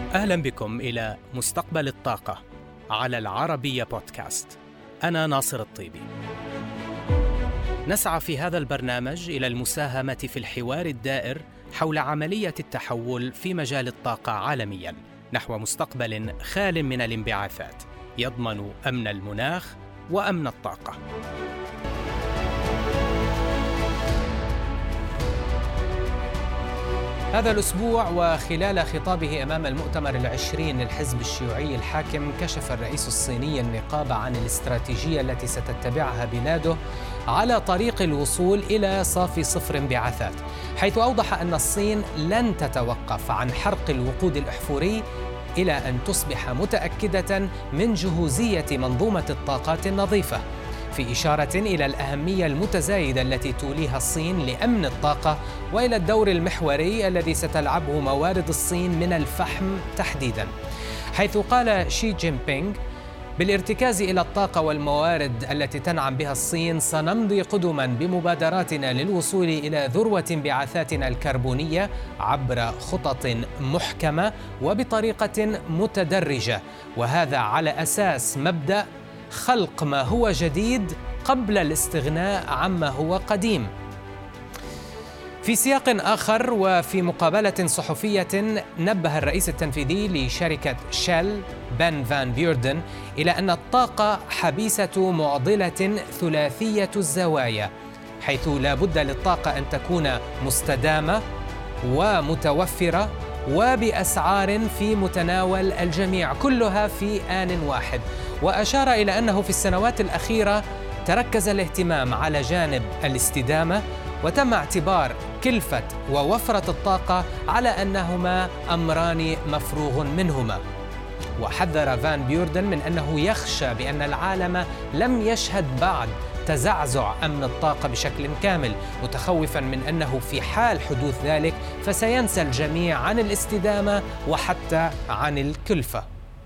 أهلا بكم إلى مستقبل الطاقة على العربية بودكاست. أنا ناصر الطيبي. نسعى في هذا البرنامج إلى المساهمة في الحوار الدائر حول عملية التحول في مجال الطاقة عالمياً نحو مستقبل خال من الانبعاثات يضمن أمن المناخ وأمن الطاقة. هذا الأسبوع وخلال خطابه أمام المؤتمر العشرين للحزب الشيوعي الحاكم، كشف الرئيس الصيني النقاب عن الاستراتيجية التي ستتبعها بلاده على طريق الوصول إلى صافي صفر انبعاثات، حيث أوضح أن الصين لن تتوقف عن حرق الوقود الأحفوري إلى أن تصبح متأكدة من جهوزية منظومة الطاقات النظيفة، في إشارة إلى الأهمية المتزايدة التي توليها الصين لأمن الطاقة وإلى الدور المحوري الذي ستلعبه موارد الصين من الفحم تحديداً، حيث قال شي جين بينغ: بالارتكاز إلى الطاقة والموارد التي تنعم بها الصين سنمضي قدماً بمبادراتنا للوصول إلى ذروة انبعاثاتنا الكربونية عبر خطط محكمة وبطريقة متدرجة، وهذا على أساس مبدأ خلق ما هو جديد قبل الاستغناء عما هو قديم. في سياق آخر وفي مقابلة صحفية، نبه الرئيس التنفيذي لشركة شيل بن فان بيوردن إلى أن الطاقة حبيسة معضلة ثلاثية الزوايا، حيث لا بد للطاقة أن تكون مستدامة ومتوفرة وبأسعار في متناول الجميع، كلها في آن واحد. وأشار إلى أنه في السنوات الأخيرة تركز الاهتمام على جانب الاستدامة، وتم اعتبار كلفة ووفرة الطاقة على أنهما أمران مفروغ منهما. وحذر فان بيوردن من أنه يخشى بأن العالم لم يشهد بعد تزعزع أمن الطاقة بشكل كامل، متخوفاً من أنه في حال حدوث ذلك فسينسى الجميع عن الاستدامة وحتى عن الكلفة.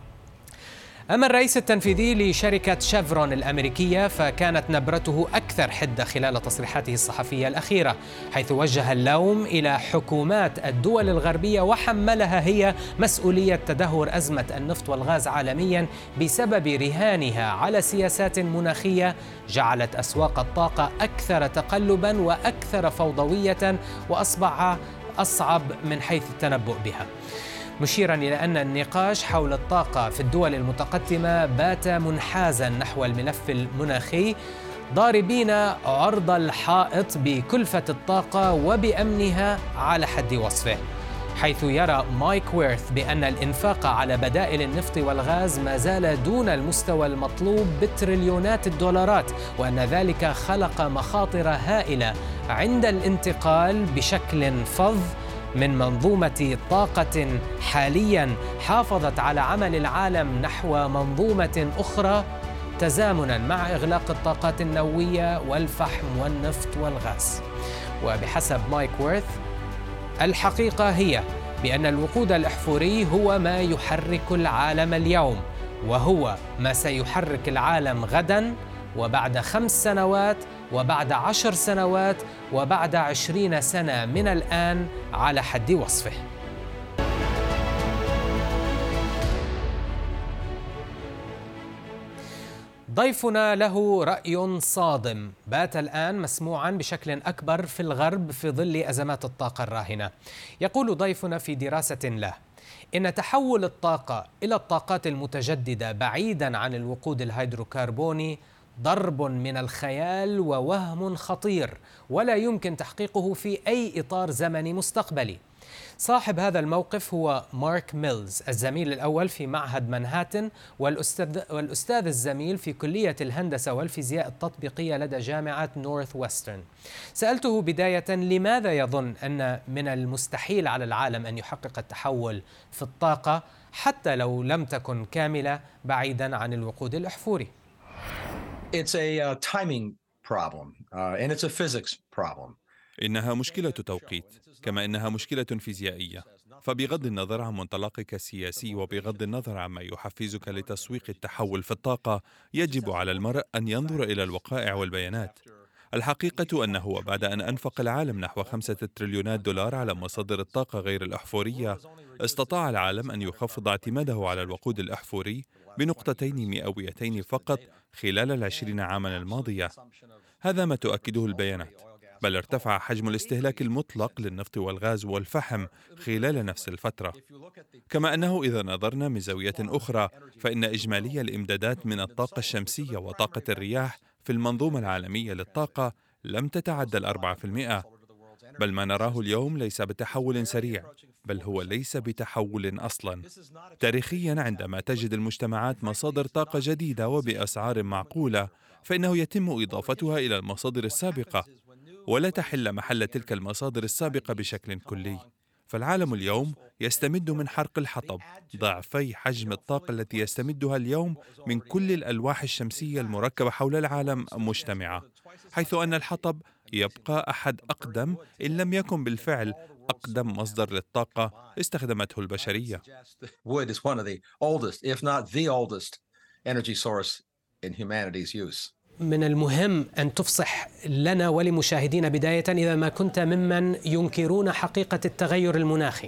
أما الرئيس التنفيذي لشركة شيفرون الأمريكية فكانت نبرته أكثر حدة خلال تصريحاته الصحفية الأخيرة، حيث وجه اللوم إلى حكومات الدول الغربية وحملها هي مسؤولية تدهور أزمة النفط والغاز عالمياً بسبب رهانها على سياسات مناخية جعلت أسواق الطاقة أكثر تقلباً وأكثر فوضوية وأصبح أصعب من حيث التنبؤ بها، مشيراً إلى أن النقاش حول الطاقة في الدول المتقدمة بات منحازاً نحو الملف المناخي، ضاربين عرض الحائط بكلفة الطاقة وبأمنها على حد وصفه، حيث يرى مايك ويرث بأن الإنفاق على بدائل النفط والغاز ما زال دون المستوى المطلوب بتريليونات الدولارات، وأن ذلك خلق مخاطر هائلة عند الانتقال بشكل فظ من منظومة طاقة حالياً حافظت على عمل العالم نحو منظومة أخرى، تزامناً مع إغلاق الطاقات النووية والفحم والنفط والغاز. وبحسب مايك ويرث، الحقيقة هي بأن الوقود الأحفوري هو ما يحرك العالم اليوم، وهو ما سيحرك العالم غداً وبعد 5 سنوات وبعد 10 سنوات وبعد 20 سنة من الآن على حد وصفه. ضيفنا له رأي صادم بات الآن مسموعاً بشكل أكبر في الغرب في ظل أزمات الطاقة الراهنة. يقول ضيفنا في دراسة له إن تحول الطاقة إلى الطاقات المتجددة بعيداً عن الوقود الهيدروكربوني ضرب من الخيال ووهم خطير ولا يمكن تحقيقه في أي إطار زمني مستقبلي. صاحب هذا الموقف هو مارك ميلز، الزميل الأول في معهد مانهاتن والأستاذ الزميل في كلية الهندسة والفيزياء التطبيقية لدى جامعة نورث ويسترن. سألته بداية لماذا يظن أن من المستحيل على العالم أن يحقق التحول في الطاقة حتى لو لم تكن كاملة بعيدا عن الوقود الأحفوري. It's a timing problem and it's a physics problem. إنها مشكلة توقيت كما إنها مشكلة فيزيائية، فبغض النظر عن منطلقك السياسي وبغض النظر عما يحفزك لتسويق التحول في الطاقة، يجب على المرء أن ينظر إلى الوقائع والبيانات. الحقيقة أنه وبعد أن أنفق العالم نحو 5 تريليونات دولار على مصادر الطاقة غير الأحفورية، استطاع العالم أن يخفض اعتماده على الوقود الأحفوري بنقطتين مئويتين فقط خلال 20 عاما الماضية. هذا ما تؤكده البيانات، بل ارتفع حجم الاستهلاك المطلق للنفط والغاز والفحم خلال نفس الفترة. كما أنه إذا نظرنا من زاوية أخرى، فإن إجمالي الإمدادات من الطاقة الشمسية وطاقة الرياح في المنظومة العالمية للطاقة لم تتعدى 4%، بل ما نراه اليوم ليس بتحول سريع، بل هو ليس بتحول أصلا. تاريخيا عندما تجد المجتمعات مصادر طاقة جديدة وبأسعار معقولة، فإنه يتم إضافتها إلى المصادر السابقة ولا تحل محل تلك المصادر السابقة بشكل كلي. فالعالم اليوم يستمد من حرق الحطب ضعفي حجم الطاقة التي يستمدها اليوم من كل الألواح الشمسية المركبة حول العالم مجتمعة، حيث أن الحطب يبقى أحد أقدم إن لم يكن بالفعل أقدم مصدر للطاقة استخدمته البشرية. Wood is one of the oldest, if not the oldest, energy source in humanity's use. من المهم أن تفصح لنا ولمشاهدينا بداية إذا ما كنت ممن ينكرون حقيقة التغير المناخي.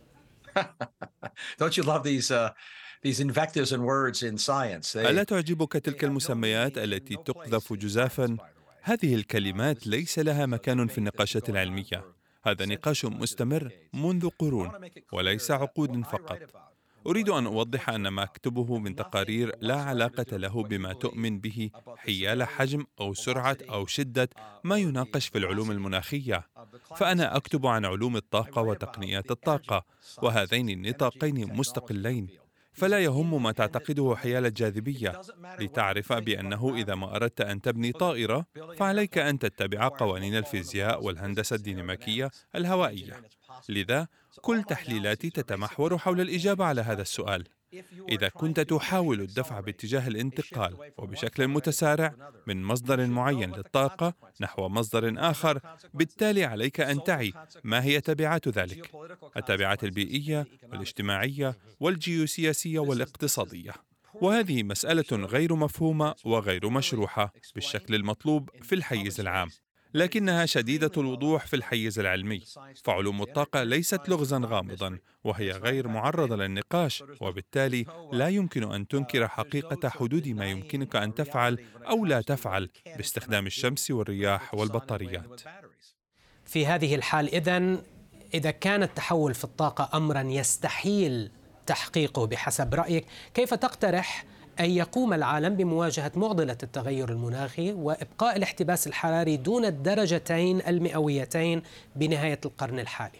Don't you love these invectives and words in science? ألا تعجبك تلك المسميات التي تقذف جزافا؟ هذه الكلمات ليس لها مكان في النقاشات العلمية. هذا نقاش مستمر منذ قرون وليس عقود فقط. أريد أن أوضح أن ما أكتبه من تقارير لا علاقة له بما تؤمن به حيال حجم أو سرعة أو شدة ما يناقش في العلوم المناخية، فأنا أكتب عن علوم الطاقة وتقنيات الطاقة، وهذين النطاقين مستقلين. فلا يهم ما تعتقده حيال الجاذبية، لتعرف بأنه إذا ما أردت أن تبني طائرة فعليك أن تتبع قوانين الفيزياء والهندسة الديناميكية الهوائية. لذا كل تحليلاتي تتمحور حول الإجابة على هذا السؤال. إذا كنت تحاول الدفع باتجاه الانتقال وبشكل متسارع من مصدر معين للطاقة نحو مصدر آخر، بالتالي عليك أن تعي ما هي تبعات ذلك، التبعات البيئية والاجتماعية والجيوسياسية والاقتصادية. وهذه مسألة غير مفهومة وغير مشروحة بالشكل المطلوب في الحيز العام، لكنها شديدة الوضوح في الحيز العلمي. فعلوم الطاقة ليست لغزا غامضا، وهي غير معرضة للنقاش، وبالتالي لا يمكن أن تنكر حقيقة حدود ما يمكنك أن تفعل أو لا تفعل باستخدام الشمس والرياح والبطاريات. في هذه الحال إذا كان التحول في الطاقة أمرا يستحيل تحقيقه بحسب رأيك، كيف تقترح أن يقوم العالم بمواجهة معضلة التغير المناخي وإبقاء الاحتباس الحراري دون الدرجتين المئويتين بنهاية القرن الحالي؟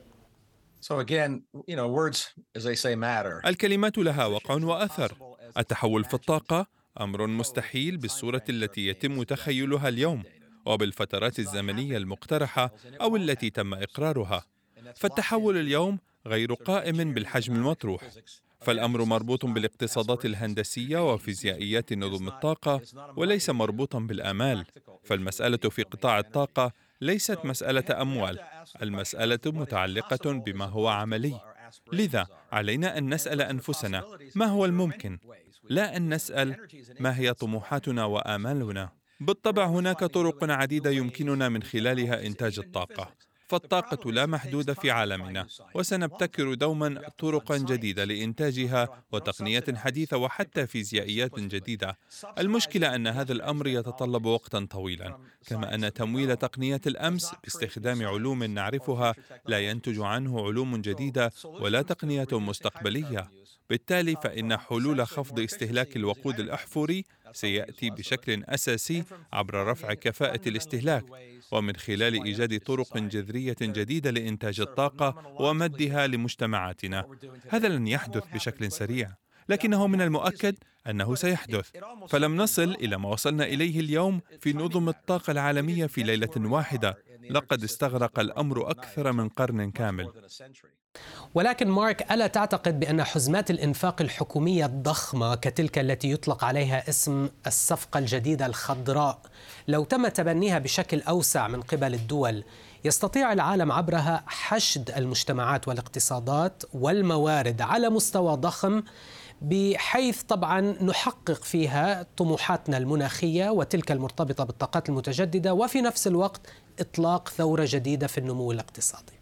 الكلمات لها وقع وأثر. التحول في الطاقة أمر مستحيل بالصورة التي يتم تخيلها اليوم وبالفترات الزمنية المقترحة أو التي تم إقرارها. فالتحول اليوم غير قائم بالحجم المطروح، فالأمر مربوط بالاقتصادات الهندسية وفيزيائيات نظم الطاقة وليس مربوطا بالآمال. فالمسألة في قطاع الطاقة ليست مسألة أموال، المسألة متعلقة بما هو عملي. لذا علينا أن نسأل أنفسنا ما هو الممكن، لا أن نسأل ما هي طموحاتنا وآمالنا. بالطبع هناك طرق عديدة يمكننا من خلالها إنتاج الطاقة، فالطاقة لا محدودة في عالمنا، وسنبتكر دوما طرقا جديدة لإنتاجها وتقنيات حديثة وحتى فيزيائيات جديدة. المشكلة أن هذا الأمر يتطلب وقتا طويلا، كما أن تمويل تقنيات الأمس باستخدام علوم نعرفها لا ينتج عنه علوم جديدة ولا تقنيات مستقبلية. بالتالي فإن حلول خفض استهلاك الوقود الأحفوري سيأتي بشكل أساسي عبر رفع كفاءة الاستهلاك ومن خلال إيجاد طرق جذرية جديدة لإنتاج الطاقة ومدها لمجتمعاتنا. هذا لن يحدث بشكل سريع، لكنه من المؤكد أنه سيحدث. فلم نصل إلى ما وصلنا إليه اليوم في نظم الطاقة العالمية في ليلة واحدة، لقد استغرق الأمر أكثر من قرن كامل. ولكن مارك، ألا تعتقد بأن حزمات الإنفاق الحكومية الضخمة كتلك التي يطلق عليها اسم الصفقة الجديدة الخضراء لو تم تبنيها بشكل أوسع من قبل الدول يستطيع العالم عبرها حشد المجتمعات والاقتصادات والموارد على مستوى ضخم بحيث طبعا نحقق فيها طموحاتنا المناخية وتلك المرتبطة بالطاقات المتجددة، وفي نفس الوقت إطلاق ثورة جديدة في النمو الاقتصادي.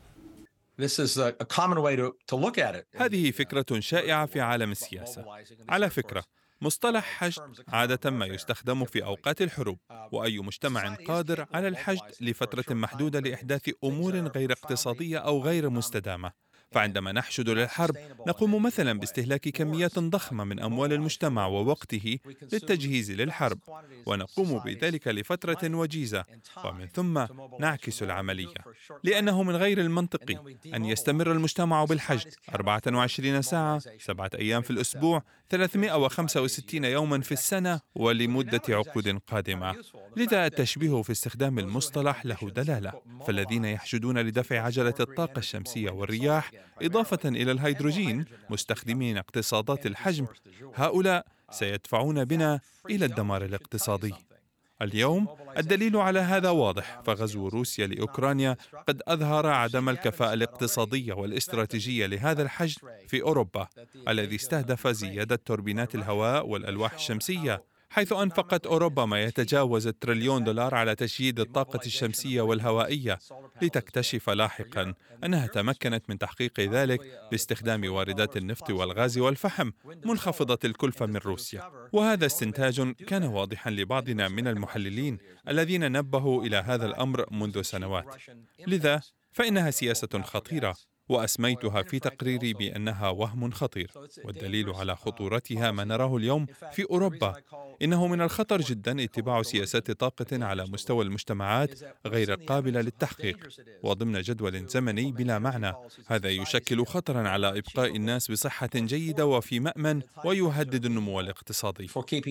هذه فكرة شائعة في عالم السياسة. على فكرة، مصطلح حشد عادة ما يستخدم في أوقات الحروب، وأي مجتمع قادر على الحشد لفترة محدودة لإحداث أمور غير اقتصادية أو غير مستدامة. فعندما نحشد للحرب نقوم مثلا باستهلاك كميات ضخمة من أموال المجتمع ووقته للتجهيز للحرب، ونقوم بذلك لفترة وجيزة، ومن ثم نعكس العملية. لأنه من غير المنطقي أن يستمر المجتمع بالحشد 24 ساعة 7 أيام في الأسبوع 365 يوما في السنة ولمدة عقود قادمة. لذا التشبيه في استخدام المصطلح له دلالة. فالذين يحشدون لدفع عجلة الطاقة الشمسية والرياح إضافة إلى الهيدروجين مستخدمين اقتصادات الحجم، هؤلاء سيدفعون بنا إلى الدمار الاقتصادي. اليوم الدليل على هذا واضح، فغزو روسيا لأوكرانيا قد أظهر عدم الكفاءة الاقتصادية والاستراتيجية لهذا الحشد في أوروبا، الذي استهدف زيادة توربينات الهواء والألواح الشمسية، حيث أنفقت أوروبا ما يتجاوز $1 تريليون على تشييد الطاقة الشمسية والهوائية، لتكتشف لاحقا أنها تمكنت من تحقيق ذلك باستخدام واردات النفط والغاز والفحم منخفضة الكلفة من روسيا. وهذا استنتاج كان واضحا لبعضنا من المحللين الذين نبهوا إلى هذا الأمر منذ سنوات. لذا فإنها سياسة خطيرة، وأسميتها في تقريري بأنها وهم خطير. والدليل على خطورتها ما نراه اليوم في أوروبا. إنه من الخطر جدا اتباع سياسات طاقة على مستوى المجتمعات غير قابلة للتحقيق وضمن جدول زمني بلا معنى. هذا يشكل خطرا على إبقاء الناس بصحة جيدة وفي مأمن، ويهدد النمو الاقتصادي.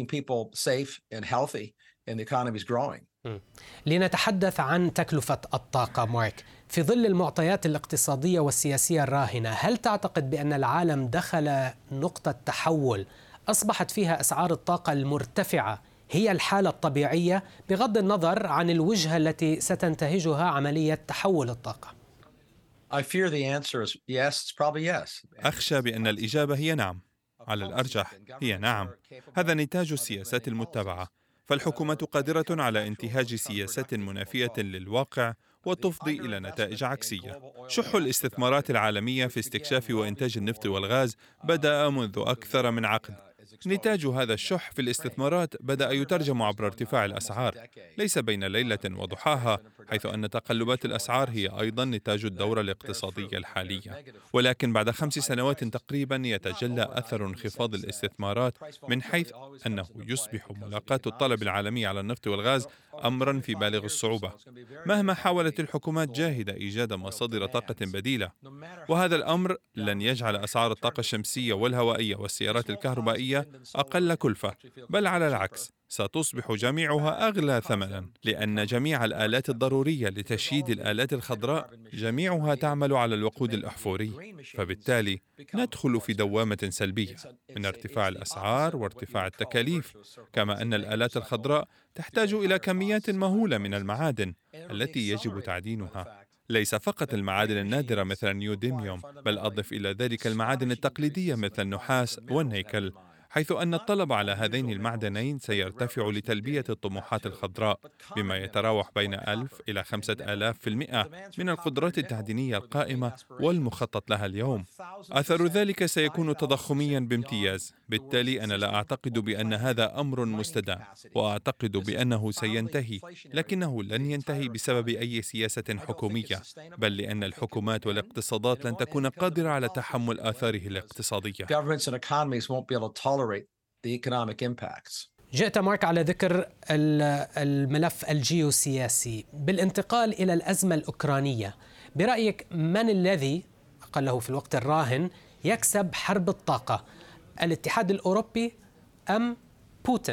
لنتحدث عن تكلفة الطاقة مارك، في ظل المعطيات الاقتصادية والسياسية الراهنة، هل تعتقد بأن العالم دخل نقطة تحول أصبحت فيها أسعار الطاقة المرتفعة هي الحالة الطبيعية بغض النظر عن الوجهة التي ستنتهجها عملية تحول الطاقة؟ أخشى بأن الإجابة هي نعم. على الأرجح هي نعم. هذا نتاج السياسات المتبعة. فالحكومة قادرة على انتهاج سياسات منافية للواقع وتفضي إلى نتائج عكسية. شح الاستثمارات العالمية في استكشاف وإنتاج النفط والغاز بدأ منذ أكثر من عقد. نتاج هذا الشح في الاستثمارات بدأ يترجم عبر ارتفاع الأسعار، ليس بين ليلة وضحاها، حيث أن تقلبات الأسعار هي أيضا نتاج الدورة الاقتصادية الحالية. ولكن بعد 5 سنوات تقريبا يتجلى أثر انخفاض الاستثمارات، من حيث أنه يصبح ملاقاة الطلب العالمي على النفط والغاز أمرا في بالغ الصعوبة، مهما حاولت الحكومات جاهدة إيجاد مصادر طاقة بديلة. وهذا الأمر لن يجعل أسعار الطاقة الشمسية والهوائية والسيارات الكهربائية أقل كلفة، بل على العكس ستصبح جميعها أغلى ثمنا، لأن جميع الآلات الضرورية لتشييد الآلات الخضراء جميعها تعمل على الوقود الأحفوري. فبالتالي ندخل في دوامة سلبية من ارتفاع الأسعار وارتفاع التكاليف، كما أن الآلات الخضراء تحتاج إلى كميات مهولة من المعادن التي يجب تعدينها. ليس فقط المعادن النادرة مثل النيوديميوم، بل أضف إلى ذلك المعادن التقليدية مثل النحاس والنيكل، حيث أن الطلب على هذين المعدنين سيرتفع لتلبية الطموحات الخضراء بما يتراوح بين 1000 إلى 5000% من القدرات التعدينية القائمة والمخطط لها اليوم. أثر ذلك سيكون تضخميا بامتياز. بالتالي أنا لا أعتقد بأن هذا أمر مستدام، وأعتقد بأنه سينتهي، لكنه لن ينتهي بسبب أي سياسة حكومية، بل لأن الحكومات والاقتصادات لن تكون قادرة على تحمل آثاره الاقتصادية. جئت مارك على ذكر الملف الجيوسياسي. بالانتقال إلى الأزمة الأوكرانية، برأيك من الذي أقله في الوقت الراهن يكسب حرب الطاقة، الاتحاد الأوروبي أم بوتين؟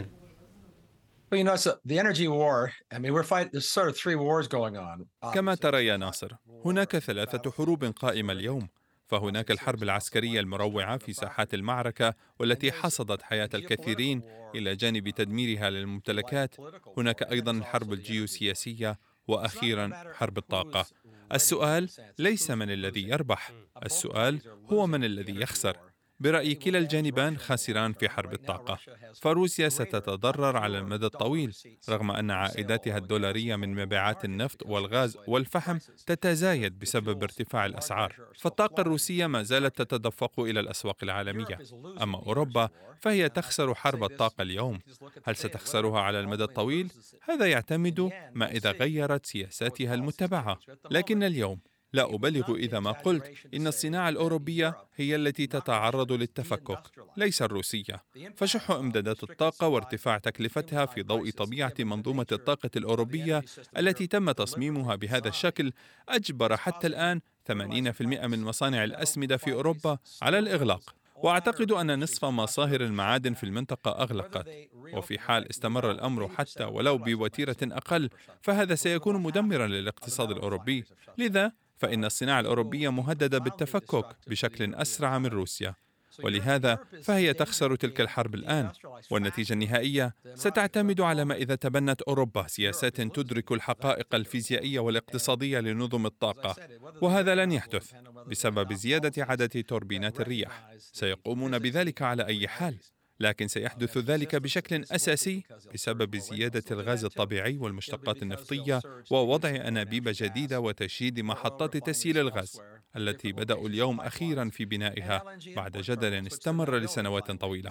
كما ترى يا ناصر، هناك 3 حروب قائمة اليوم. فهناك الحرب العسكرية المروعة في ساحات المعركة والتي حصدت حياة الكثيرين إلى جانب تدميرها للممتلكات. هناك أيضا الحرب الجيوسياسية، وأخيرا حرب الطاقة. السؤال ليس من الذي يربح، السؤال هو من الذي يخسر. برأيي كلا الجانبان خاسران في حرب الطاقة، فروسيا ستتضرر على المدى الطويل رغم أن عائداتها الدولارية من مبيعات النفط والغاز والفحم تتزايد بسبب ارتفاع الأسعار، فالطاقة الروسية ما زالت تتدفق إلى الأسواق العالمية. أما أوروبا فهي تخسر حرب الطاقة اليوم. هل ستخسرها على المدى الطويل؟ هذا يعتمد ما إذا غيرت سياساتها المتبعة، لكن اليوم لا أبالغ إذا ما قلت إن الصناعة الأوروبية هي التي تتعرض للتفكك، ليس الروسية. فشح إمدادات الطاقة وارتفاع تكلفتها في ضوء طبيعة منظومة الطاقة الأوروبية التي تم تصميمها بهذا الشكل أجبر حتى الآن 80% من مصانع الأسمدة في أوروبا على الإغلاق. وأعتقد أن نصف مصاهر المعادن في المنطقة أغلقت، وفي حال استمر الأمر حتى ولو بوتيرة أقل فهذا سيكون مدمرا للاقتصاد الأوروبي. لذا فإن الصناعة الأوروبية مهددة بالتفكك بشكل أسرع من روسيا، ولهذا فهي تخسر تلك الحرب الآن، والنتيجة النهائية ستعتمد على ما إذا تبنت أوروبا سياسات تدرك الحقائق الفيزيائية والاقتصادية لنظم الطاقة، وهذا لن يحدث بسبب زيادة عدد توربينات الرياح. سيقومون بذلك على أي حال، لكن سيحدث ذلك بشكل أساسي بسبب زيادة الغاز الطبيعي والمشتقات النفطية ووضع أنابيب جديدة وتشييد محطات تسييل الغاز التي بدأوا اليوم أخيرا في بنائها بعد جدل استمر لسنوات طويلة.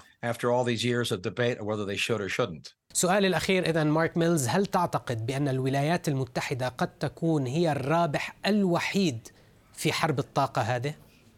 سؤالي الأخير إذن مارك ميلز، هل تعتقد بأن الولايات المتحدة قد تكون هي الرابح الوحيد في حرب الطاقة هذه؟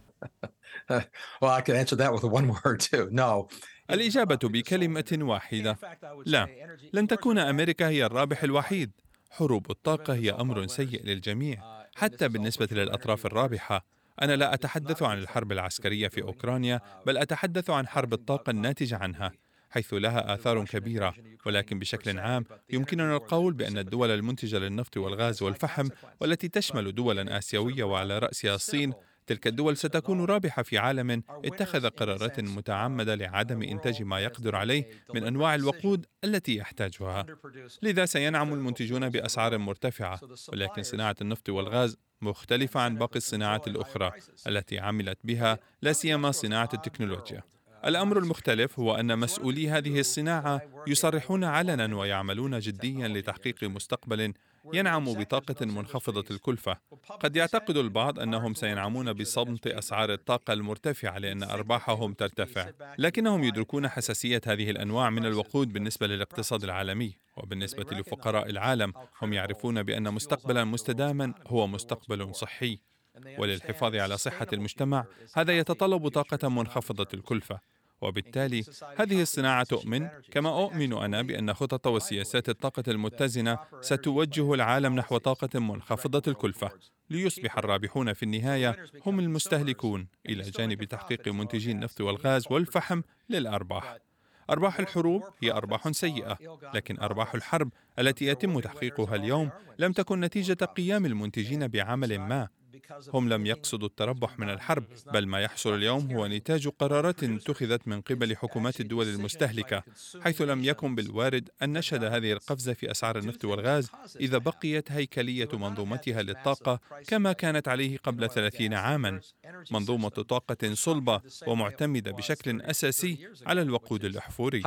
Well, I can answer that with one word too. No. الإجابة بكلمة واحدة: لا، لن تكون أمريكا هي الرابح الوحيد. حروب الطاقة هي أمر سيء للجميع، حتى بالنسبة للأطراف الرابحة. أنا لا أتحدث عن الحرب العسكرية في أوكرانيا، بل أتحدث عن حرب الطاقة الناتجة عنها، حيث لها آثار كبيرة. ولكن بشكل عام يمكننا القول بأن الدول المنتجة للنفط والغاز والفحم، والتي تشمل دولا آسيوية وعلى رأسها الصين، تلك الدول ستكون رابحة في عالم اتخذ قرارات متعمدة لعدم إنتاج ما يقدر عليه من أنواع الوقود التي يحتاجها. لذا سينعم المنتجون بأسعار مرتفعة، ولكن صناعة النفط والغاز مختلفة عن باقي الصناعات الأخرى التي عملت بها، لا سيما صناعة التكنولوجيا. الأمر المختلف هو أن مسؤولي هذه الصناعة يصرحون علنا ويعملون جديا لتحقيق مستقبل ينعم بطاقة منخفضة الكلفة. قد يعتقد البعض أنهم سينعمون بصمت أسعار الطاقة المرتفعة لأن أرباحهم ترتفع، لكنهم يدركون حساسية هذه الأنواع من الوقود بالنسبة للاقتصاد العالمي. وبالنسبة لفقراء العالم، هم يعرفون بأن مستقبلا مستداما هو مستقبل صحي، وللحفاظ على صحة المجتمع هذا يتطلب طاقة منخفضة الكلفة. وبالتالي هذه الصناعة تؤمن كما أؤمن أنا بأن خطط وسياسات الطاقة المتزنة ستوجه العالم نحو طاقة منخفضة الكلفة، ليصبح الرابحون في النهاية هم المستهلكون، إلى جانب تحقيق منتجي النفط والغاز والفحم للأرباح. أرباح الحروب هي أرباح سيئة، لكن أرباح الحرب التي يتم تحقيقها اليوم لم تكن نتيجة قيام المنتجين بعمل ما. هم لم يقصدوا التربح من الحرب، بل ما يحصل اليوم هو نتاج قرارات اتخذت من قبل حكومات الدول المستهلكة، حيث لم يكن بالوارد أن نشهد هذه القفزة في أسعار النفط والغاز إذا بقيت هيكلية منظومتها للطاقة كما كانت عليه قبل 30 عاما، منظومة طاقة صلبة ومعتمدة بشكل أساسي على الوقود الأحفوري.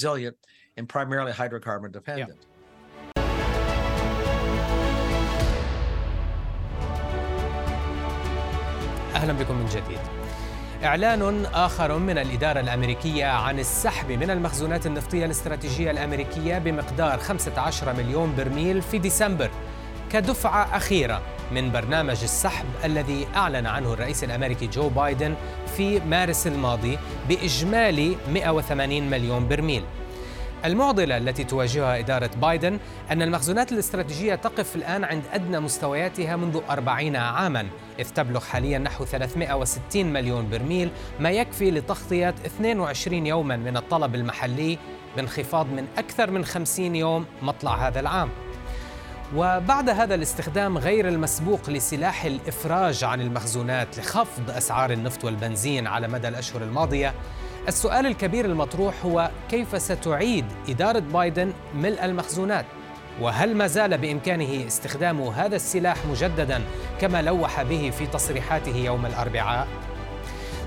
أهلا بكم من جديد. إعلان آخر من الإدارة الأمريكية عن السحب من المخزونات النفطية الاستراتيجية الأمريكية بمقدار 15 مليون برميل في ديسمبر كدفعة أخيرة من برنامج السحب الذي أعلن عنه الرئيس الأمريكي جو بايدن في مارس الماضي بإجمالي 180 مليون برميل. المعضلة التي تواجهها إدارة بايدن أن المخزونات الاستراتيجية تقف الآن عند أدنى مستوياتها منذ 40 عاماً، إذ تبلغ حالياً نحو 360 مليون برميل، ما يكفي لتغطية 22 يوماً من الطلب المحلي، بانخفاض من أكثر من 50 يوم مطلع هذا العام. وبعد هذا الاستخدام غير المسبوق لسلاح الإفراج عن المخزونات لخفض أسعار النفط والبنزين على مدى الأشهر الماضية، السؤال الكبير المطروح هو كيف ستعيد إدارة بايدن ملء المخزونات؟ وهل ما زال بإمكانه استخدام هذا السلاح مجدداً كما لوح به في تصريحاته يوم الأربعاء؟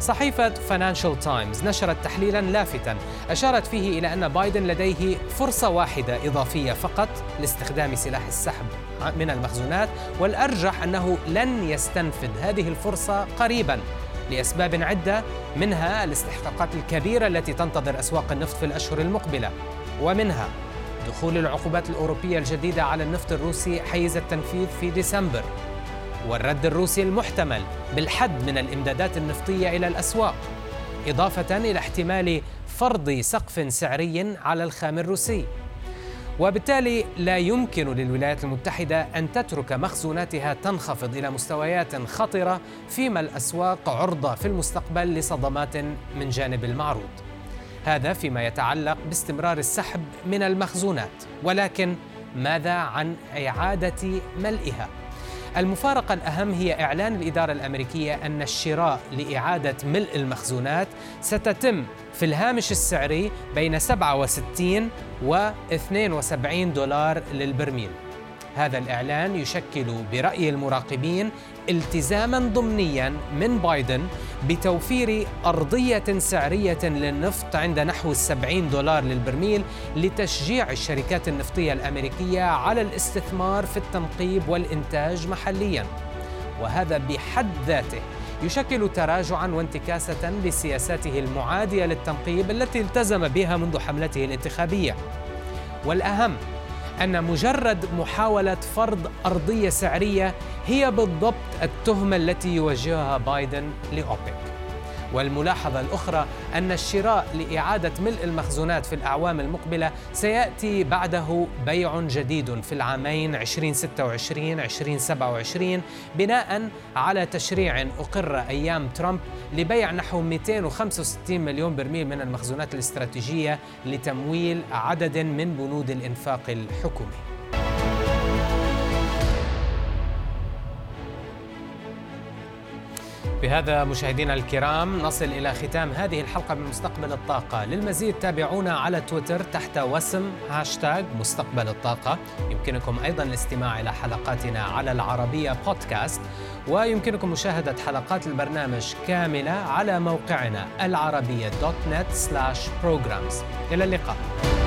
صحيفة فاينانشال تايمز نشرت تحليلاً لافتاً أشارت فيه إلى أن بايدن لديه فرصة واحدة إضافية فقط لاستخدام سلاح السحب من المخزونات، والأرجح أنه لن يستنفذ هذه الفرصة قريباً لأسباب عدة، منها الاستحقاقات الكبيرة التي تنتظر أسواق النفط في الأشهر المقبلة، ومنها دخول العقوبات الأوروبية الجديدة على النفط الروسي حيز التنفيذ في ديسمبر، والرد الروسي المحتمل بالحد من الإمدادات النفطية إلى الأسواق، إضافة إلى احتمال فرض سقف سعري على الخام الروسي. وبالتالي لا يمكن للولايات المتحدة أن تترك مخزوناتها تنخفض إلى مستويات خطرة فيما الأسواق عرضة في المستقبل لصدمات من جانب المعروض. هذا فيما يتعلق باستمرار السحب من المخزونات، ولكن ماذا عن إعادة ملئها؟ المفارقة الأهم هي إعلان الإدارة الأمريكية أن الشراء لإعادة ملء المخزونات ستتم في الهامش السعري بين 67 و 72 دولار للبرميل. هذا الإعلان يشكل برأي المراقبين التزاماً ضمنياً من بايدن بتوفير أرضية سعرية للنفط عند نحو 70 دولار للبرميل لتشجيع الشركات النفطية الأمريكية على الاستثمار في التنقيب والإنتاج محلياً. وهذا بحد ذاته يشكل تراجعاً وانتكاسة لسياساته المعادية للتنقيب التي التزم بها منذ حملته الانتخابية. والأهم أن مجرد محاولة فرض أرضية سعرية هي بالضبط التهمة التي يوجهها بايدن لأوبك. والملاحظة الأخرى أن الشراء لإعادة ملء المخزونات في الأعوام المقبلة سيأتي بعده بيع جديد في العامين 2026-2027 بناء على تشريع أقر أيام ترامب لبيع نحو 265 مليون برميل من المخزونات الاستراتيجية لتمويل عدد من بنود الإنفاق الحكومي. بهذا مشاهدينا الكرام نصل إلى ختام هذه الحلقة من مستقبل الطاقة. للمزيد تابعونا على تويتر تحت وسم #مستقبل الطاقة. يمكنكم أيضا الاستماع إلى حلقاتنا على العربية بودكاست، ويمكنكم مشاهدة حلقات البرنامج كاملة على موقعنا العربية.net/programs. إلى اللقاء.